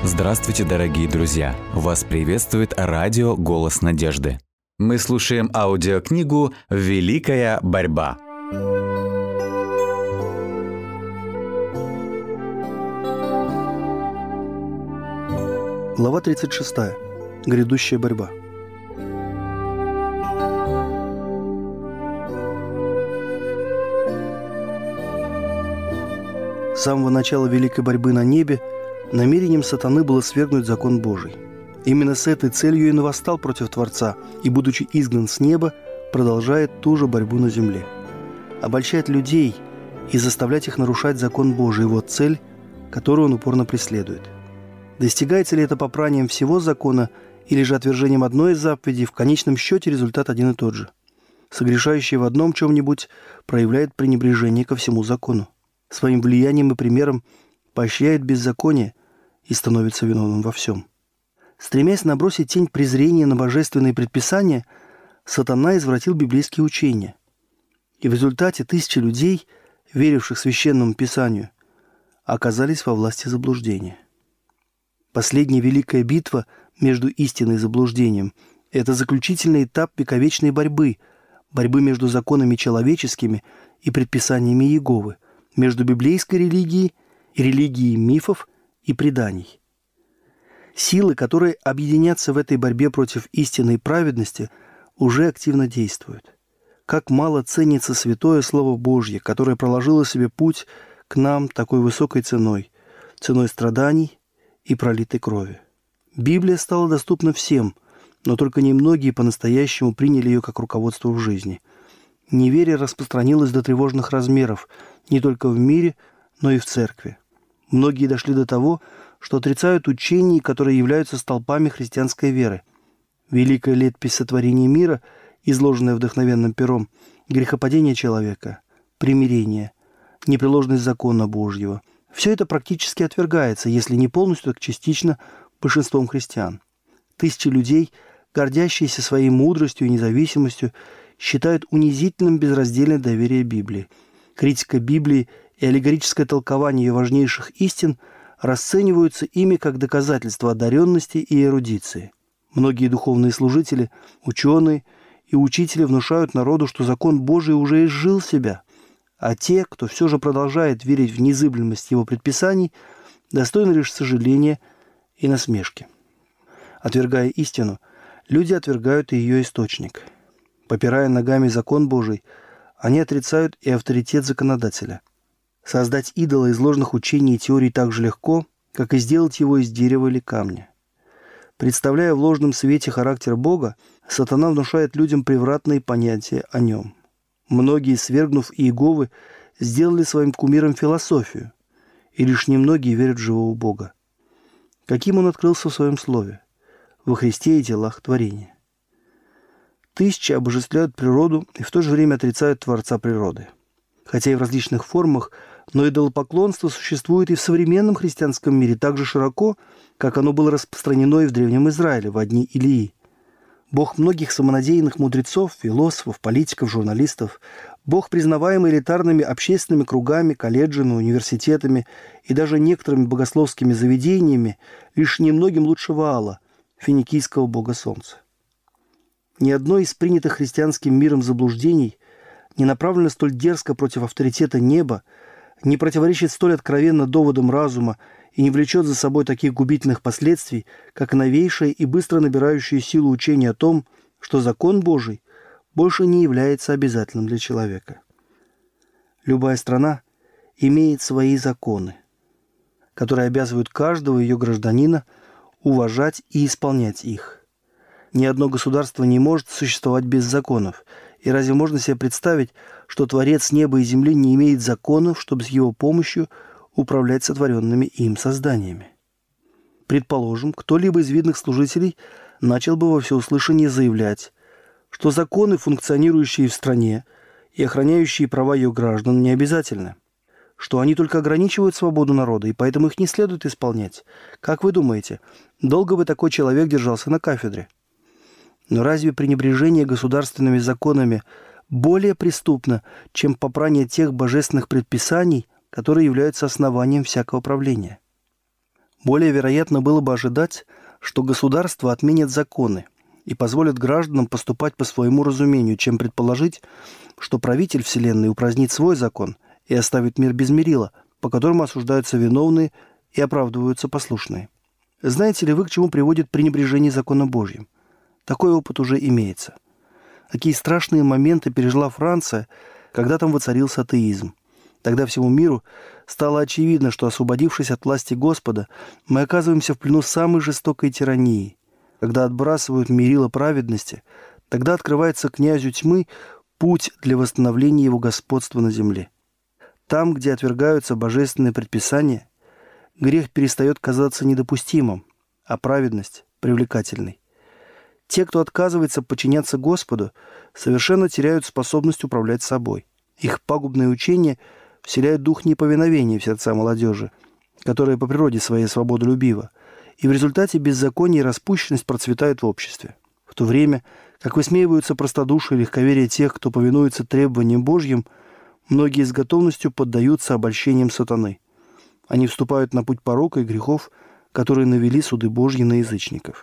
Здравствуйте, дорогие друзья! Вас приветствует радио «Голос надежды». Мы слушаем аудиокнигу «Великая борьба». Глава 36. Грядущая борьба. С самого начала великой борьбы на небе намерением сатаны было свергнуть закон Божий. Именно с этой целью и восстал против Творца, и, будучи изгнан с неба, продолжает ту же борьбу на земле. Обольщать людей и заставлять их нарушать закон Божий – вот цель, которую он упорно преследует. Достигается ли это попранием всего закона или же отвержением одной из заповедей, в конечном счете результат один и тот же. Согрешающий в одном чем-нибудь проявляет пренебрежение ко всему закону. Своим влиянием и примером поощряет беззаконие и становится виновным во всем. Стремясь набросить тень презрения на божественные предписания, сатана извратил библейские учения. И в результате тысячи людей, веривших Священному Писанию, оказались во власти заблуждения. Последняя великая битва между истиной и заблуждением – это заключительный этап вековечной борьбы между законами человеческими и предписаниями Иеговы, между библейской религией и религией мифов и преданий. Силы, которые объединятся в этой борьбе против истины и праведности, уже активно действуют. Как мало ценится святое Слово Божье, которое проложило себе путь к нам такой высокой ценой страданий и пролитой крови. Библия стала доступна всем, но только немногие по-настоящему приняли ее как руководство в жизни. Неверие распространилось до тревожных размеров не только в мире, но и в церкви. Многие дошли до того, что отрицают учения, которые являются столпами христианской веры. Великая летопись сотворения мира, изложенная вдохновенным пером, грехопадение человека, примирение, непреложность закона Божьего – все это практически отвергается, если не полностью, так частично, большинством христиан. Тысячи людей, гордящиеся своей мудростью и независимостью, считают унизительным безраздельное доверие Библии. Критика Библии и аллегорическое толкование ее важнейших истин расцениваются ими как доказательство одаренности и эрудиции. Многие духовные служители, ученые и учители внушают народу, что закон Божий уже изжил себя, а те, кто все же продолжает верить в незыблемость его предписаний, достойны лишь сожаления и насмешки. Отвергая истину, люди отвергают и ее источник. Попирая ногами закон Божий, они отрицают и авторитет законодателя. Создать идола из ложных учений и теорий так же легко, как и сделать его из дерева или камня. Представляя в ложном свете характер Бога, сатана внушает людям превратные понятия о нем. Многие, свергнув Иеговы, сделали своим кумиром философию, и лишь немногие верят в живого Бога. Каким он открылся в своем слове? Во Христе и делах творения. Тысячи обожествляют природу и в то же время отрицают Творца природы. Хотя и в различных формах, но идолопоклонство существует и в современном христианском мире так же широко, как оно было распространено и в Древнем Израиле, во дни Илии. Бог многих самонадеянных мудрецов, философов, политиков, журналистов, Бог, признаваемый элитарными общественными кругами, колледжами, университетами и даже некоторыми богословскими заведениями, лишь немногим лучше Ваала, финикийского бога солнца. Ни одно из принятых христианским миром заблуждений не направлено столь дерзко против авторитета неба, не противоречит столь откровенно доводам разума и не влечет за собой таких губительных последствий, как новейшее и быстро набирающее силу учение о том, что закон Божий больше не является обязательным для человека. Любая страна имеет свои законы, которые обязывают каждого ее гражданина уважать и исполнять их. Ни одно государство не может существовать без законов, и разве можно себе представить, что Творец неба и земли не имеет законов, чтобы с его помощью управлять сотворенными им созданиями? Предположим, кто-либо из видных служителей начал бы во всеуслышание заявлять, что законы, функционирующие в стране и охраняющие права ее граждан, не обязательны, что они только ограничивают свободу народа, и поэтому их не следует исполнять. Как вы думаете, долго бы такой человек держался на кафедре? Но разве пренебрежение государственными законами более преступно, чем попрание тех божественных предписаний, которые являются основанием всякого правления? Более вероятно было бы ожидать, что государство отменит законы и позволит гражданам поступать по своему разумению, чем предположить, что правитель Вселенной упразднит свой закон и оставит мир без мерила, по которому осуждаются виновные и оправдываются послушные. Знаете ли вы, к чему приводит пренебрежение законом Божьим? Такой опыт уже имеется. Какие страшные моменты пережила Франция, когда там воцарился атеизм. Тогда всему миру стало очевидно, что, освободившись от власти Господа, мы оказываемся в плену самой жестокой тирании. Когда отбрасывают мерило праведности, тогда открывается князю тьмы путь для восстановления его господства на земле. Там, где отвергаются божественные предписания, грех перестает казаться недопустимым, а праведность – привлекательной. Те, кто отказывается подчиняться Господу, совершенно теряют способность управлять собой. Их пагубные учения вселяют дух неповиновения в сердца молодежи, которая по природе своей свободолюбива, и в результате беззаконие и распущенность процветают в обществе. В то время, как высмеиваются простодушие и легковерие тех, кто повинуется требованиям Божьим, многие с готовностью поддаются обольщениям сатаны. Они вступают на путь порока и грехов, которые навели суды Божьи на язычников.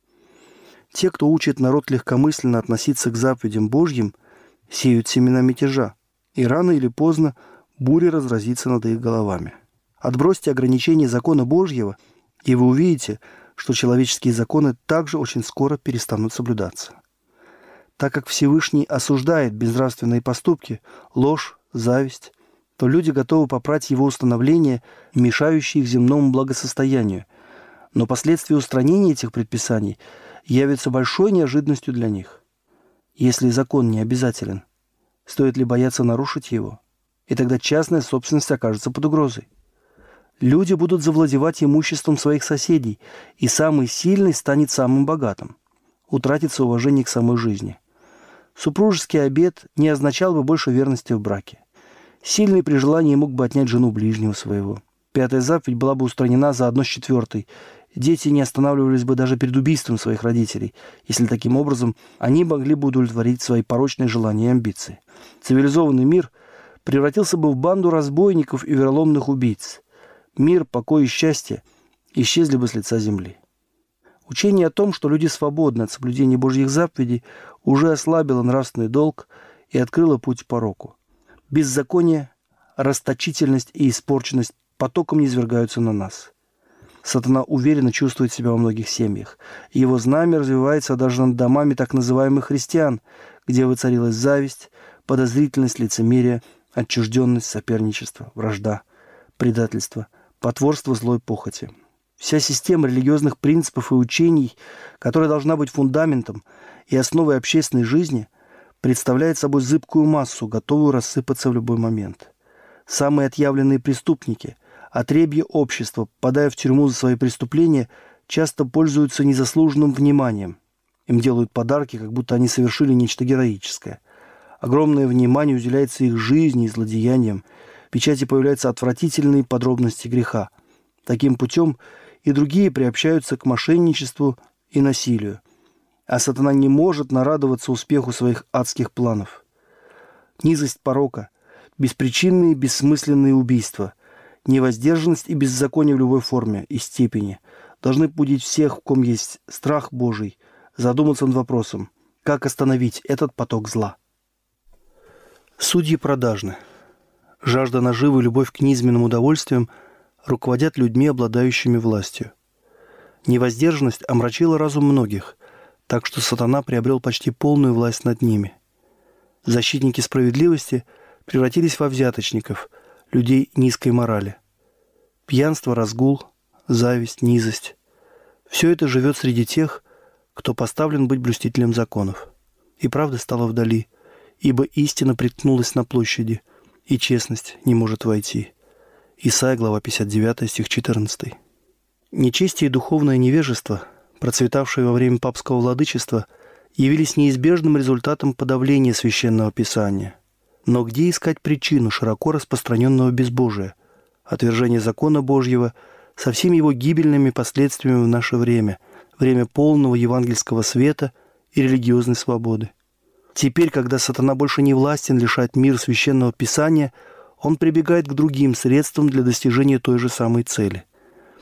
Те, кто учит народ легкомысленно относиться к заповедям Божьим, сеют семена мятежа, и рано или поздно буря разразится над их головами. Отбросьте ограничения закона Божьего, и вы увидите, что человеческие законы также очень скоро перестанут соблюдаться. Так как Всевышний осуждает безнравственные поступки, ложь, зависть, то люди готовы попрать его установления, мешающие их земному благосостоянию, но последствия устранения этих предписаний явятся большой неожиданностью для них. Если закон не обязателен, стоит ли бояться нарушить его? И тогда частная собственность окажется под угрозой. Люди будут завладевать имуществом своих соседей, и самый сильный станет самым богатым. Утратится уважение к самой жизни. Супружеский обет не означал бы больше верности в браке. Сильный при желании мог бы отнять жену ближнего своего. 5-я заповедь была бы устранена заодно с 4-й. Дети не останавливались бы даже перед убийством своих родителей, если таким образом они могли бы удовлетворить свои порочные желания и амбиции. Цивилизованный мир превратился бы в банду разбойников и вероломных убийц. Мир, покой и счастье исчезли бы с лица земли. Учение о том, что люди свободны от соблюдения Божьих заповедей, уже ослабило нравственный долг и открыло путь пороку. Беззаконие, расточительность и испорченность потоком низвергаются на нас. Сатана уверенно чувствует себя во многих семьях. Его знамя развивается даже над домами так называемых христиан, где воцарилась зависть, подозрительность, лицемерие, отчужденность, соперничество, вражда, предательство, потворство злой похоти. Вся система религиозных принципов и учений, которая должна быть фундаментом и основой общественной жизни, представляет собой зыбкую массу, готовую рассыпаться в любой момент. Самые отъявленные преступники, отребья общества, попадая в тюрьму за свои преступления, часто пользуются незаслуженным вниманием. Им делают подарки, как будто они совершили нечто героическое. Огромное внимание уделяется их жизни и злодеяниям. В печати появляются отвратительные подробности греха. Таким путем и другие приобщаются к мошенничеству и насилию. А сатана не может нарадоваться успеху своих адских планов. Низость порока, беспричинные бессмысленные убийства, невоздержанность и беззаконие в любой форме и степени должны побудить всех, в ком есть страх Божий, задуматься над вопросом, как остановить этот поток зла. Судьи продажны. Жажда наживы и любовь к низменным удовольствиям руководят людьми, обладающими властью. Невоздержанность омрачила разум многих, так что сатана приобрел почти полную власть над ними. Защитники справедливости превратились во взяточников, людей низкой морали. Пьянство, разгул, зависть, низость – все это живет среди тех, кто поставлен быть блюстителем законов. И правда стала вдали, ибо истина приткнулась на площади, и честность не может войти. Исайя, глава 59, стих 14. Нечестие и духовное невежество, процветавшие во время папского владычества, явились неизбежным результатом подавления Священного Писания. Но где искать причину широко распространенного безбожия, отвержения закона Божьего со всеми его гибельными последствиями в наше время, время полного евангельского света и религиозной свободы? Теперь, когда сатана больше не властен лишать мир Священного Писания, он прибегает к другим средствам для достижения той же самой цели.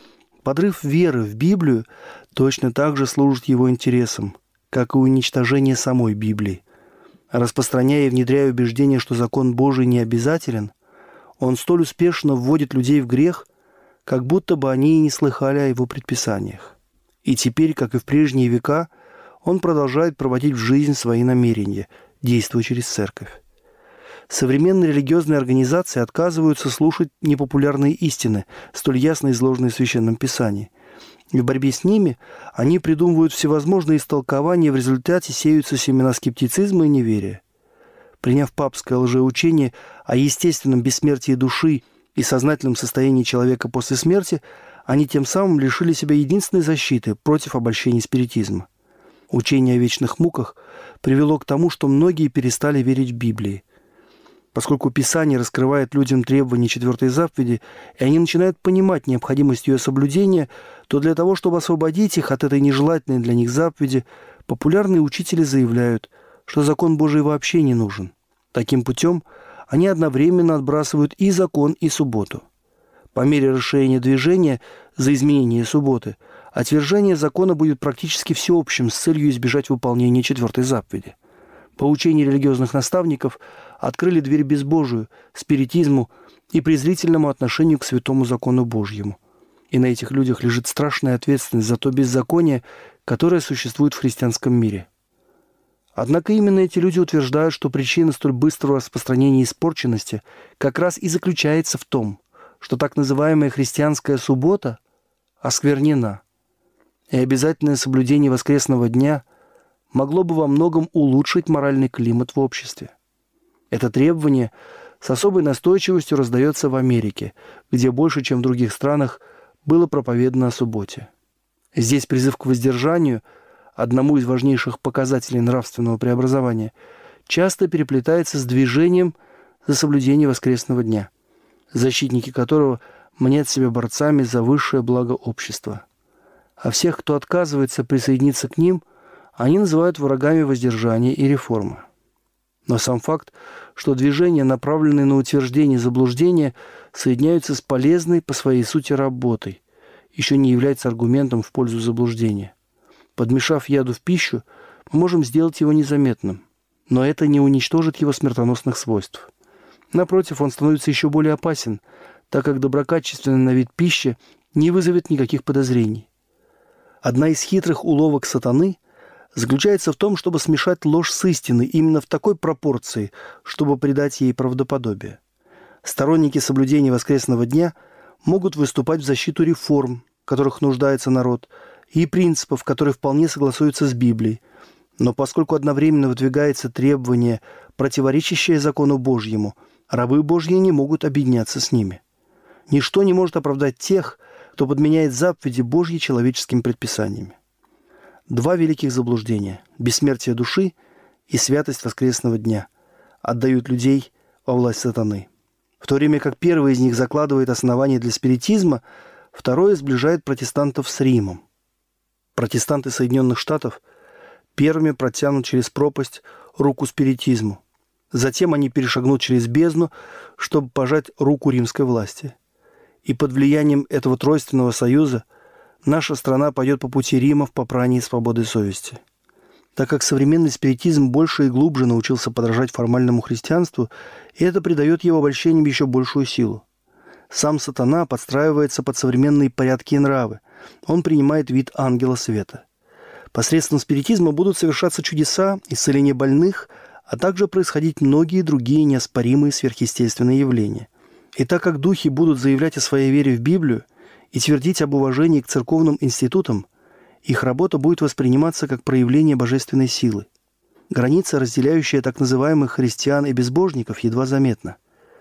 Подрыв веры в Библию точно так же служит его интересам, как и уничтожение самой Библии. Распространяя и внедряя убеждение, что закон Божий не обязателен, он столь успешно вводит людей в грех, как будто бы они и не слыхали о его предписаниях. И теперь, как и в прежние века, он продолжает проводить в жизнь свои намерения, действуя через церковь. Современные религиозные организации отказываются слушать непопулярные истины, столь ясно изложенные в Священном Писании. И в борьбе с ними они придумывают всевозможные истолкования, в результате сеются семена скептицизма и неверия. Приняв папское лжеучение о естественном бессмертии души и сознательном состоянии человека после смерти, они тем самым лишили себя единственной защиты против обольщения спиритизма. Учение о вечных муках привело к тому, что многие перестали верить в Библии. Поскольку Писание раскрывает людям требования 4 заповеди, и они начинают понимать необходимость ее соблюдения, то для того, чтобы освободить их от этой нежелательной для них заповеди, популярные учители заявляют, что закон Божий вообще не нужен. Таким путем они одновременно отбрасывают и закон, и субботу. По мере расширения движения за изменение субботы, отвержение закона будет практически всеобщим с целью избежать выполнения 4 заповеди. Поучения религиозных наставников открыли дверь безбожию, спиритизму и презрительному отношению к святому закону Божьему. И на этих людях лежит страшная ответственность за то беззаконие, которое существует в христианском мире. Однако именно эти люди утверждают, что причина столь быстрого распространения испорченности как раз и заключается в том, что так называемая христианская суббота осквернена, и обязательное соблюдение воскресного дня могло бы во многом улучшить моральный климат в обществе. Это требование с особой настойчивостью раздается в Америке, где больше, чем в других странах, было проповедано о субботе. Здесь призыв к воздержанию, одному из важнейших показателей нравственного преобразования, часто переплетается с движением за соблюдение воскресного дня, защитники которого мнят себя борцами за высшее благо общества. А всех, кто отказывается присоединиться к ним, они называют врагами воздержания и реформы. Но сам факт, что движения, направленные на утверждение заблуждения, соединяются с полезной по своей сути работой, еще не является аргументом в пользу заблуждения. Подмешав яду в пищу, мы можем сделать его незаметным, но это не уничтожит его смертоносных свойств. Напротив, он становится еще более опасен, так как доброкачественная на вид пища не вызовет никаких подозрений. Одна из хитрых уловок сатаны заключается в том, чтобы смешать ложь с истиной именно в такой пропорции, чтобы придать ей правдоподобие. Сторонники соблюдения воскресного дня могут выступать в защиту реформ, в которых нуждается народ, и принципов, которые вполне согласуются с Библией. Но поскольку одновременно выдвигается требование, противоречащее закону Божьему, рабы Божьи не могут объединяться с ними. Ничто не может оправдать тех, кто подменяет заповеди Божьи человеческими предписаниями. Два великих заблуждения – бессмертие души и святость воскресного дня – отдают людей во власть сатаны. В то время как первый из них закладывает основания для спиритизма, второе сближает протестантов с Римом. Протестанты Соединенных Штатов первыми протянут через пропасть руку спиритизму. Затем они перешагнут через бездну, чтобы пожать руку римской власти. И под влиянием этого тройственного союза наша страна пойдет по пути Рима в попрании свободы совести. Так как современный спиритизм больше и глубже научился подражать формальному христианству, и это придает его обольщениям еще большую силу. Сам сатана подстраивается под современные порядки и нравы. Он принимает вид ангела света. Посредством спиритизма будут совершаться чудеса, исцеление больных, а также происходить многие другие неоспоримые сверхъестественные явления. И так как духи будут заявлять о своей вере в Библию и твердить об уважении к церковным институтам, их работа будет восприниматься как проявление божественной силы. Граница, разделяющая так называемых христиан и безбожников, едва заметна.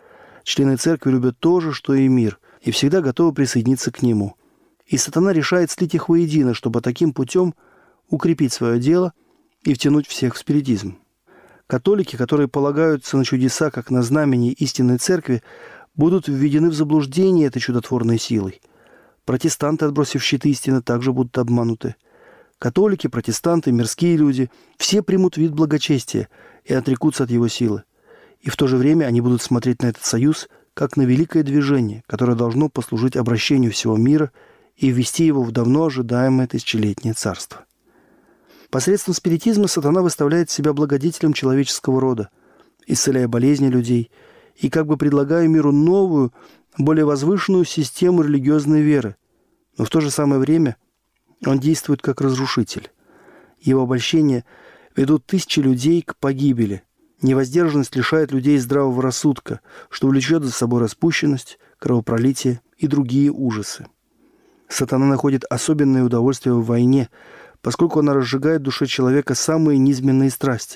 Члены церкви любят то же, что и мир, и всегда готовы присоединиться к нему. И сатана решает слить их воедино, чтобы таким путем укрепить свое дело и втянуть всех в спиритизм. Католики, которые полагаются на чудеса как на знамение истинной церкви, будут введены в заблуждение этой чудотворной силой. Протестанты, отбросив щиты истины, также будут обмануты. Католики, протестанты, мирские люди – все примут вид благочестия и отрекутся от его силы. И в то же время они будут смотреть на этот союз как на великое движение, которое должно послужить обращению всего мира и ввести его в давно ожидаемое тысячелетнее царство. Посредством спиритизма сатана выставляет себя благодетелем человеческого рода, исцеляя болезни людей и как бы предлагая миру новую, более возвышенную систему религиозной веры. Но в то же самое время он действует как разрушитель. Его обольщения ведут тысячи людей к погибели. Невоздержанность лишает людей здравого рассудка, что влечет за собой распущенность, кровопролитие и другие ужасы. Сатана находит особенное удовольствие в войне, поскольку она разжигает в душе человека самые низменные страсти,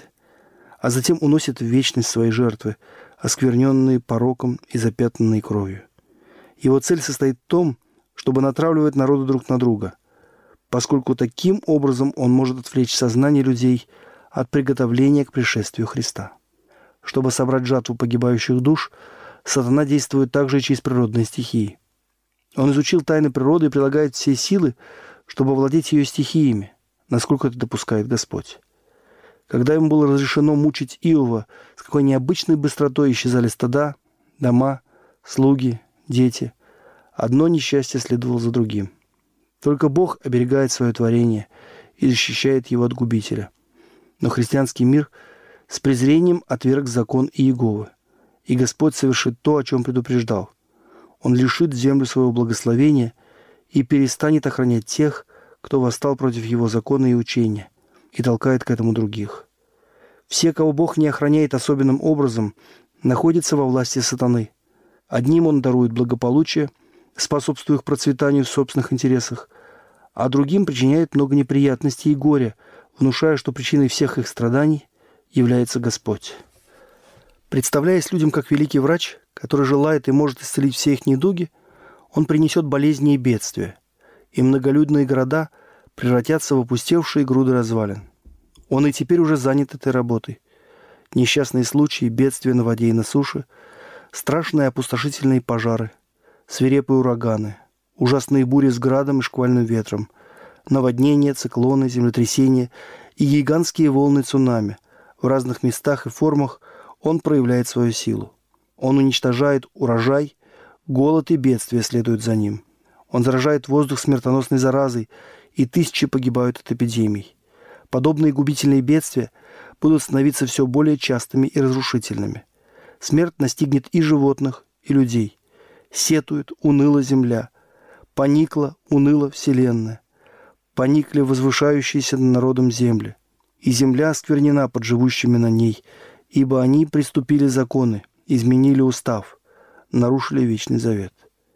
а затем уносит в вечность свои жертвы, оскверненные пороком и запятнанные кровью. Его цель состоит в том, чтобы натравливать народы друг на друга, поскольку таким образом он может отвлечь сознание людей от приготовления к пришествию Христа. Чтобы собрать жатву погибающих душ, сатана действует также и через природные стихии. Он изучил тайны природы и прилагает все силы, чтобы овладеть ее стихиями, насколько это допускает Господь. Когда ему было разрешено мучить Иова, с какой необычной быстротой исчезали стада, дома, слуги, дети, одно несчастье следовало за другим. Только Бог оберегает свое творение и защищает его от губителя. Но христианский мир с презрением отверг закон Иеговы, и Господь совершит то, о чем предупреждал. Он лишит землю своего благословения и перестанет охранять тех, кто восстал против его закона и учения, и толкает к этому других. Все, кого Бог не охраняет особенным образом, находятся во власти сатаны. Одним он дарует благополучие, способствуя их процветанию в собственных интересах, а другим причиняет много неприятностей и горя, внушая, что причиной всех их страданий является Господь. Представляясь людям как великий врач, который желает и может исцелить все их недуги, он принесет болезни и бедствия, и многолюдные города превратятся в опустевшие груды развалин. Он и теперь уже занят этой работой. Несчастные случаи, бедствия на воде и на суше, страшные опустошительные пожары, свирепые ураганы, ужасные бури с градом и шквальным ветром, наводнения, циклоны, землетрясения и гигантские волны цунами. В разных местах и формах он проявляет свою силу. Он уничтожает урожай, голод и бедствия следуют за ним. Он заражает воздух смертоносной заразой, и тысячи погибают от эпидемий. Подобные губительные бедствия будут становиться все более частыми и разрушительными. Смерть настигнет и животных, и людей. Сетует, уныла земля. Поникла, уныла вселенная. Поникли возвышающиеся над народом земли. И земля осквернена под живущими на ней, ибо они приступили законы, изменили устав, нарушили вечный завет.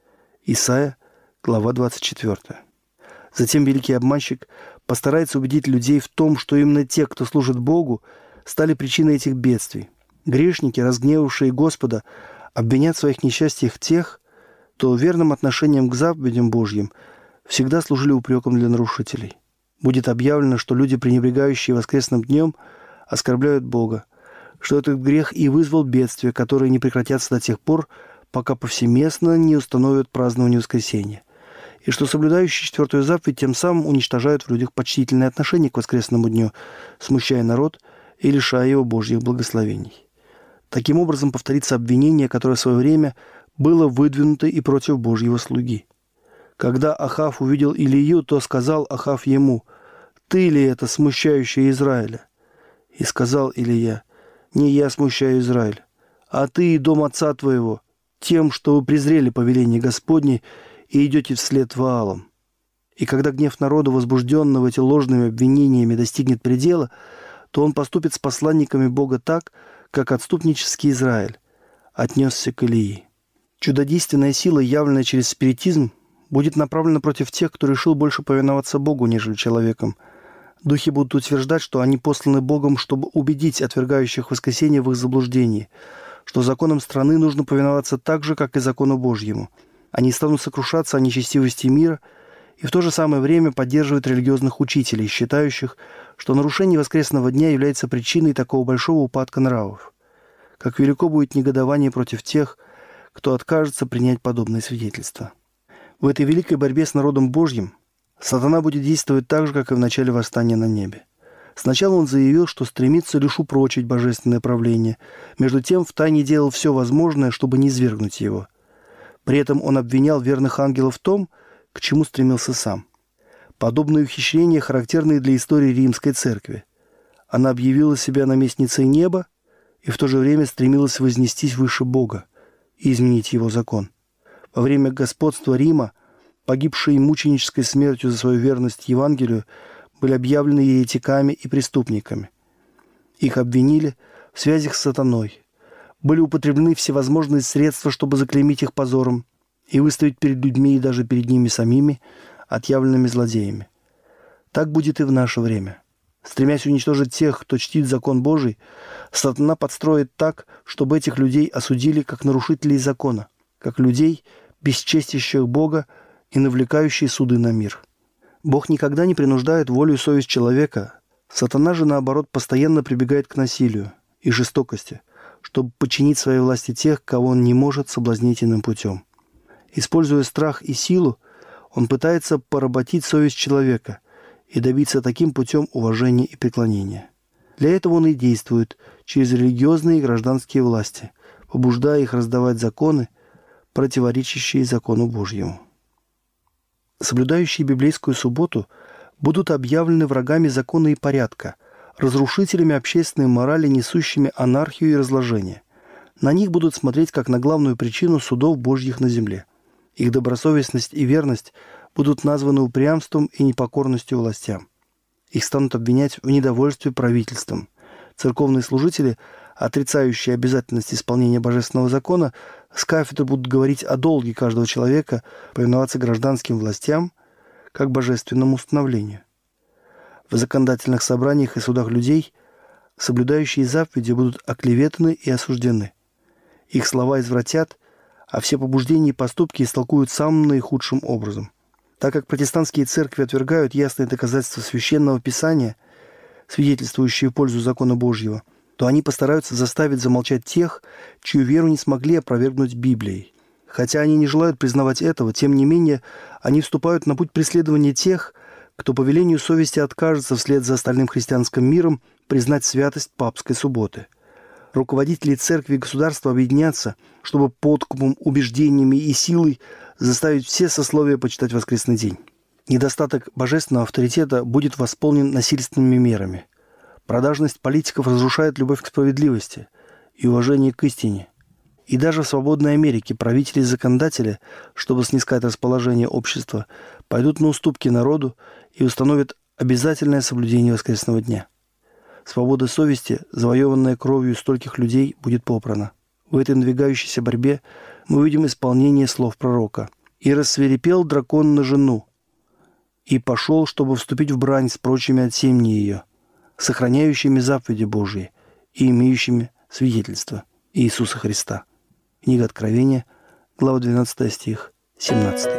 Исайя, глава 24. Затем великий обманщик постарается убедить людей в том, что именно те, кто служит Богу, стали причиной этих бедствий. Грешники, разгневавшие Господа, обвинят в своих несчастьях тех, кто верным отношением к заповедям Божьим всегда служили упреком для нарушителей. Будет объявлено, что люди, пренебрегающие воскресным днем, оскорбляют Бога, что этот грех и вызвал бедствия, которые не прекратятся до тех пор, пока повсеместно не установят празднование воскресения, и что соблюдающие четвертую заповедь тем самым уничтожают в людях почтительное отношение к воскресному дню, смущая народ и лишая его Божьих благословений. Таким образом повторится обвинение, которое в свое время было выдвинуто и против Божьего слуги. Когда Ахав увидел Илию, то сказал Ахав ему: «Ты ли это, смущающий Израиля?» И сказал Илия: «Не я смущаю Израиль, а ты и дом отца твоего, тем, что вы презрели повеление Господне и идете вслед Ваалам». И когда гнев народа, возбужденного эти ложными обвинениями, достигнет предела, то он поступит с посланниками Бога так, как отступнический Израиль отнесся к Илии. Чудодейственная сила, явленная через спиритизм, будет направлена против тех, кто решил больше повиноваться Богу, нежели человеком. Духи будут утверждать, что они посланы Богом, чтобы убедить отвергающих воскресение в их заблуждении, что законам страны нужно повиноваться так же, как и закону Божьему. Они станут сокрушаться о нечестивости мира и в то же самое время поддерживают религиозных учителей, считающих, что нарушение воскресного дня является причиной такого большого упадка нравов. Как велико будет негодование против тех, кто откажется принять подобные свидетельства. В этой великой борьбе с народом Божьим сатана будет действовать так же, как и в начале восстания на небе. Сначала он заявил, что стремится лишь упрочить божественное правление, между тем втайне делал все возможное, чтобы низвергнуть его. При этом он обвинял верных ангелов в том, к чему стремился сам. Подобные ухищрения характерны для истории Римской Церкви. Она объявила себя наместницей неба и в то же время стремилась вознестись выше Бога и изменить его закон. Во время господства Рима погибшие мученической смертью за свою верность Евангелию были объявлены еретиками и преступниками. Их обвинили в связях с сатаной. Были употреблены всевозможные средства, чтобы заклеймить их позором и выставить перед людьми и даже перед ними самими отъявленными злодеями. Так будет и в наше время. Стремясь уничтожить тех, кто чтит закон Божий, сатана подстроит так, чтобы этих людей осудили как нарушителей закона, как людей, бесчестящих Бога и навлекающие суды на мир. Бог никогда не принуждает волю и совесть человека. Сатана же, наоборот, постоянно прибегает к насилию и жестокости, чтобы подчинить своей власти тех, кого он не может соблазнить иным путем. Используя страх и силу, он пытается поработить совесть человека и добиться таким путем уважения и преклонения. Для этого он и действует через религиозные и гражданские власти, побуждая их раздавать законы, противоречащие закону Божьему. Соблюдающие библейскую субботу будут объявлены врагами закона и порядка, разрушителями общественной морали, несущими анархию и разложение. На них будут смотреть как на главную причину судов Божьих на земле. Их добросовестность и верность будут названы упрямством и непокорностью властям. Их станут обвинять в недовольстве правительством. Церковные служители, отрицающие обязательность исполнения божественного закона, с кафедры будут говорить о долге каждого человека повиноваться гражданским властям как божественному установлению. В законодательных собраниях и судах людей соблюдающие заповеди будут оклеветаны и осуждены. Их слова извратят, а все побуждения и поступки истолкуют самым наихудшим образом. Так как протестантские церкви отвергают ясные доказательства Священного Писания, свидетельствующие в пользу закона Божьего, то они постараются заставить замолчать тех, чью веру не смогли опровергнуть Библией. Хотя они не желают признавать этого, тем не менее они вступают на путь преследования тех, кто по велению совести откажется вслед за остальным христианским миром признать святость папской субботы. Руководители церкви и государства объединятся, чтобы подкупом, убеждениями и силой заставить все сословия почитать воскресный день. Недостаток божественного авторитета будет восполнен насильственными мерами. Продажность политиков разрушает любовь к справедливости и уважение к истине. И даже в свободной Америке правители и законодатели, чтобы снискать расположение общества, пойдут на уступки народу и установят обязательное соблюдение воскресного дня. Свобода совести, завоеванная кровью стольких людей, будет попрана. В этой надвигающейся борьбе мы увидим исполнение слов пророка. «И рассвирепел дракон на жену, и пошел, чтобы вступить в брань с прочими от семьи ее, сохраняющими заповеди Божьи и имеющими свидетельство Иисуса Христа». Книга Откровения, глава 12 стих, 17.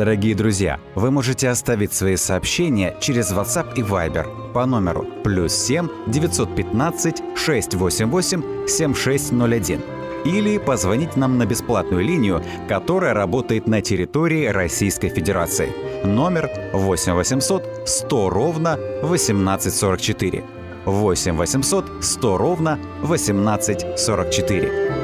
Дорогие друзья, вы можете оставить свои сообщения через WhatsApp и Viber по номеру +7 915 688 7601 или позвонить нам на бесплатную линию, которая работает на территории Российской Федерации. Номер 8 800 100 ровно 1844. 8 800 100 ровно 1844.